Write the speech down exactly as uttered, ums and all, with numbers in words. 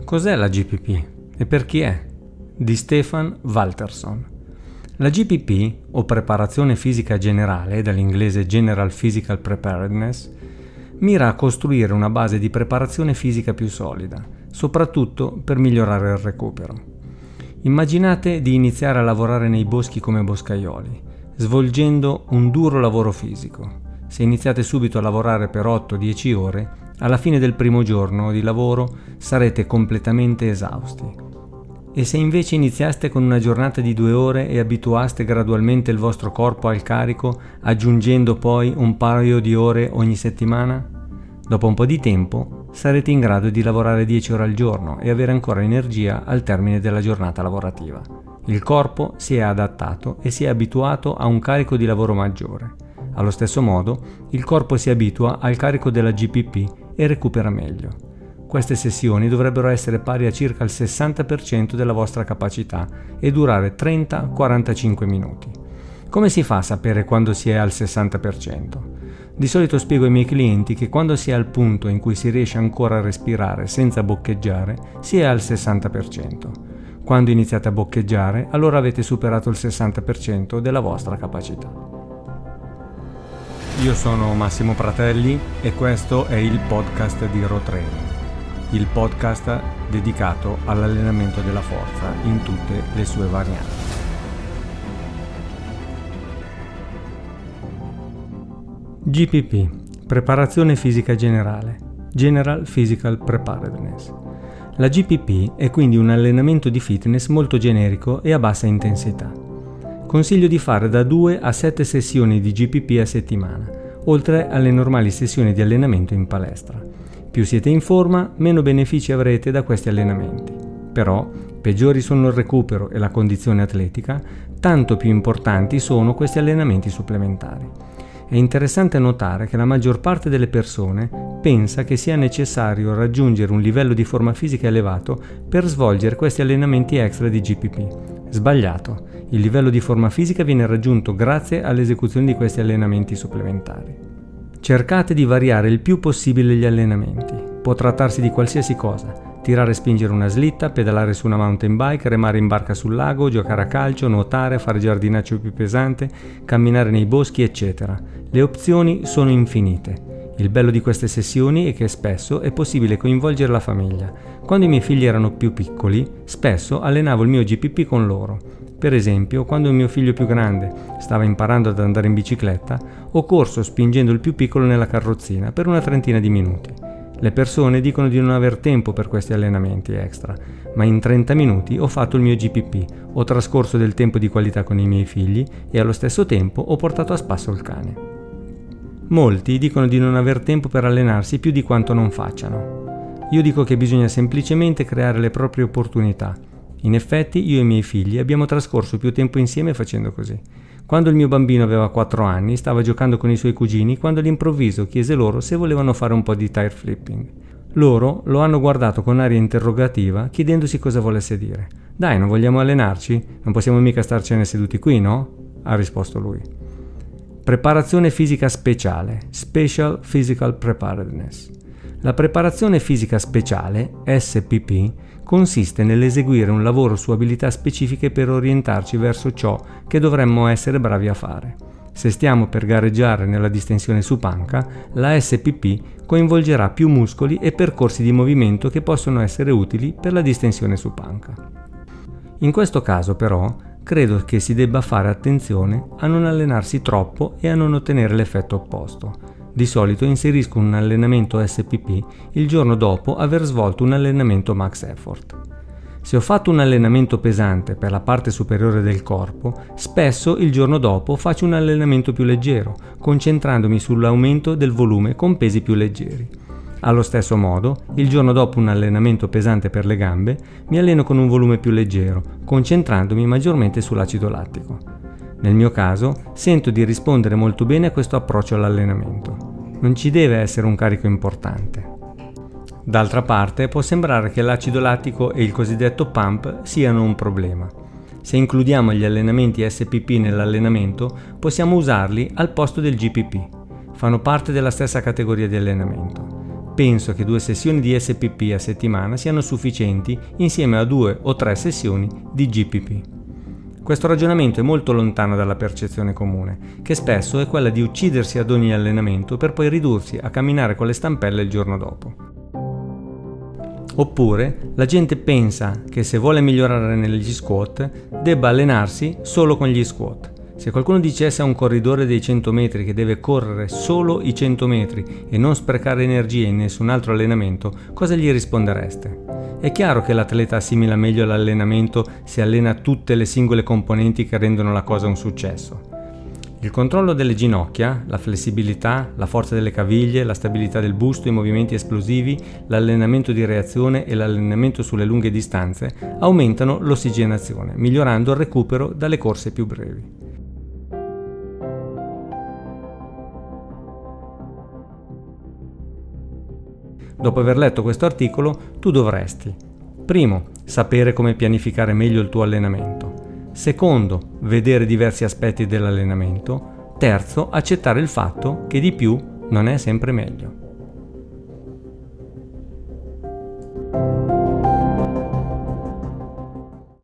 Cos'è la G P P e per chi è? Di Stefan Walterson. La G P P, o preparazione fisica generale, dall'inglese General Physical Preparedness, mira a costruire una base di preparazione fisica più solida, soprattutto per migliorare il recupero. Immaginate di iniziare a lavorare nei boschi come boscaioli, svolgendo un duro lavoro fisico. Se iniziate subito a lavorare per otto dieci ore, alla fine del primo giorno di lavoro sarete completamente esausti. E se invece iniziaste con una giornata di due ore e abituaste gradualmente il vostro corpo al carico, aggiungendo poi un paio di ore ogni settimana? Dopo un po' di tempo sarete in grado di lavorare dieci ore al giorno e avere ancora energia al termine della giornata lavorativa. Il corpo si è adattato e si è abituato a un carico di lavoro maggiore. Allo stesso modo, il corpo si abitua al carico della G P P e recupera meglio. Queste sessioni dovrebbero essere pari a circa il sessanta per cento della vostra capacità e durare trenta quarantacinque minuti. Come si fa a sapere quando si è al sessanta per cento? Di solito spiego ai miei clienti che quando si è al punto in cui si riesce ancora a respirare senza boccheggiare, si è al sessanta per cento. Quando iniziate a boccheggiare, allora avete superato il sessanta per cento della vostra capacità. Io sono Massimo Pratelli e questo è il podcast di Raw Training, il podcast dedicato all'allenamento della forza in tutte le sue varianti. G P P, preparazione fisica generale, General Physical Preparedness. La G P P è quindi un allenamento di fitness molto generico e a bassa intensità. Consiglio di fare da due a sette sessioni di G P P a settimana, oltre alle normali sessioni di allenamento in palestra. Più siete in forma, meno benefici avrete da questi allenamenti. Però, peggiori sono il recupero e la condizione atletica, tanto più importanti sono questi allenamenti supplementari. È interessante notare che la maggior parte delle persone pensa che sia necessario raggiungere un livello di forma fisica elevato per svolgere questi allenamenti extra di G P P. Sbagliato. Il livello di forma fisica viene raggiunto grazie all'esecuzione di questi allenamenti supplementari. Cercate di variare il più possibile gli allenamenti. Può trattarsi di qualsiasi cosa: tirare e spingere una slitta, pedalare su una mountain bike, remare in barca sul lago, giocare a calcio, nuotare, fare giardinaggio più pesante, camminare nei boschi, eccetera. Le opzioni sono infinite. Il bello di queste sessioni è che spesso è possibile coinvolgere la famiglia. Quando i miei figli erano più piccoli, spesso allenavo il mio G P P con loro. Per esempio, quando il mio figlio più grande stava imparando ad andare in bicicletta, ho corso spingendo il più piccolo nella carrozzina per una trentina di minuti. Le persone dicono di non aver tempo per questi allenamenti extra, ma in trenta minuti ho fatto il mio G P P, ho trascorso del tempo di qualità con i miei figli e allo stesso tempo ho portato a spasso il cane. Molti dicono di non aver tempo per allenarsi più di quanto non facciano. Io dico che bisogna semplicemente creare le proprie opportunità. In effetti, io e i miei figli abbiamo trascorso più tempo insieme facendo così. Quando il mio bambino aveva quattro anni, stava giocando con i suoi cugini quando all'improvviso chiese loro se volevano fare un po' di tire flipping. Loro lo hanno guardato con aria interrogativa, chiedendosi cosa volesse dire. «Dai, non vogliamo allenarci? Non possiamo mica starcene seduti qui, no?» ha risposto lui. Preparazione fisica speciale, Special Physical Preparedness. La preparazione fisica speciale, S P P, consiste nell'eseguire un lavoro su abilità specifiche per orientarci verso ciò che dovremmo essere bravi a fare. Se stiamo per gareggiare nella distensione su panca, la S P P coinvolgerà più muscoli e percorsi di movimento che possono essere utili per la distensione su panca. In questo caso, però, credo che si debba fare attenzione a non allenarsi troppo e a non ottenere l'effetto opposto. Di solito inserisco un allenamento S P P il giorno dopo aver svolto un allenamento max effort. Se ho fatto un allenamento pesante per la parte superiore del corpo, spesso il giorno dopo faccio un allenamento più leggero, concentrandomi sull'aumento del volume con pesi più leggeri. Allo stesso modo, il giorno dopo un allenamento pesante per le gambe, mi alleno con un volume più leggero, concentrandomi maggiormente sull'acido lattico. Nel mio caso, sento di rispondere molto bene a questo approccio all'allenamento. Non ci deve essere un carico importante. D'altra parte, può sembrare che l'acido lattico e il cosiddetto pump siano un problema. Se includiamo gli allenamenti S P P nell'allenamento, possiamo usarli al posto del G P P. Fanno parte della stessa categoria di allenamento. penso che due sessioni di S P P a settimana siano sufficienti insieme a due o tre sessioni di G P P. Questo ragionamento è molto lontano dalla percezione comune, che spesso è quella di uccidersi ad ogni allenamento per poi ridursi a camminare con le stampelle il giorno dopo. Oppure la gente pensa che se vuole migliorare negli squat debba allenarsi solo con gli squat. Se qualcuno dicesse a un corridore dei cento metri che deve correre solo i cento metri e non sprecare energie in nessun altro allenamento, cosa gli rispondereste? È chiaro che l'atleta assimila meglio l'allenamento se allena tutte le singole componenti che rendono la cosa un successo. Il controllo delle ginocchia, la flessibilità, la forza delle caviglie, la stabilità del busto, i movimenti esplosivi, l'allenamento di reazione e l'allenamento sulle lunghe distanze aumentano l'ossigenazione, migliorando il recupero dalle corse più brevi. Dopo aver letto questo articolo, tu dovresti: primo, sapere come pianificare meglio il tuo allenamento. Secondo, vedere diversi aspetti dell'allenamento. Terzo, accettare il fatto che di più non è sempre meglio.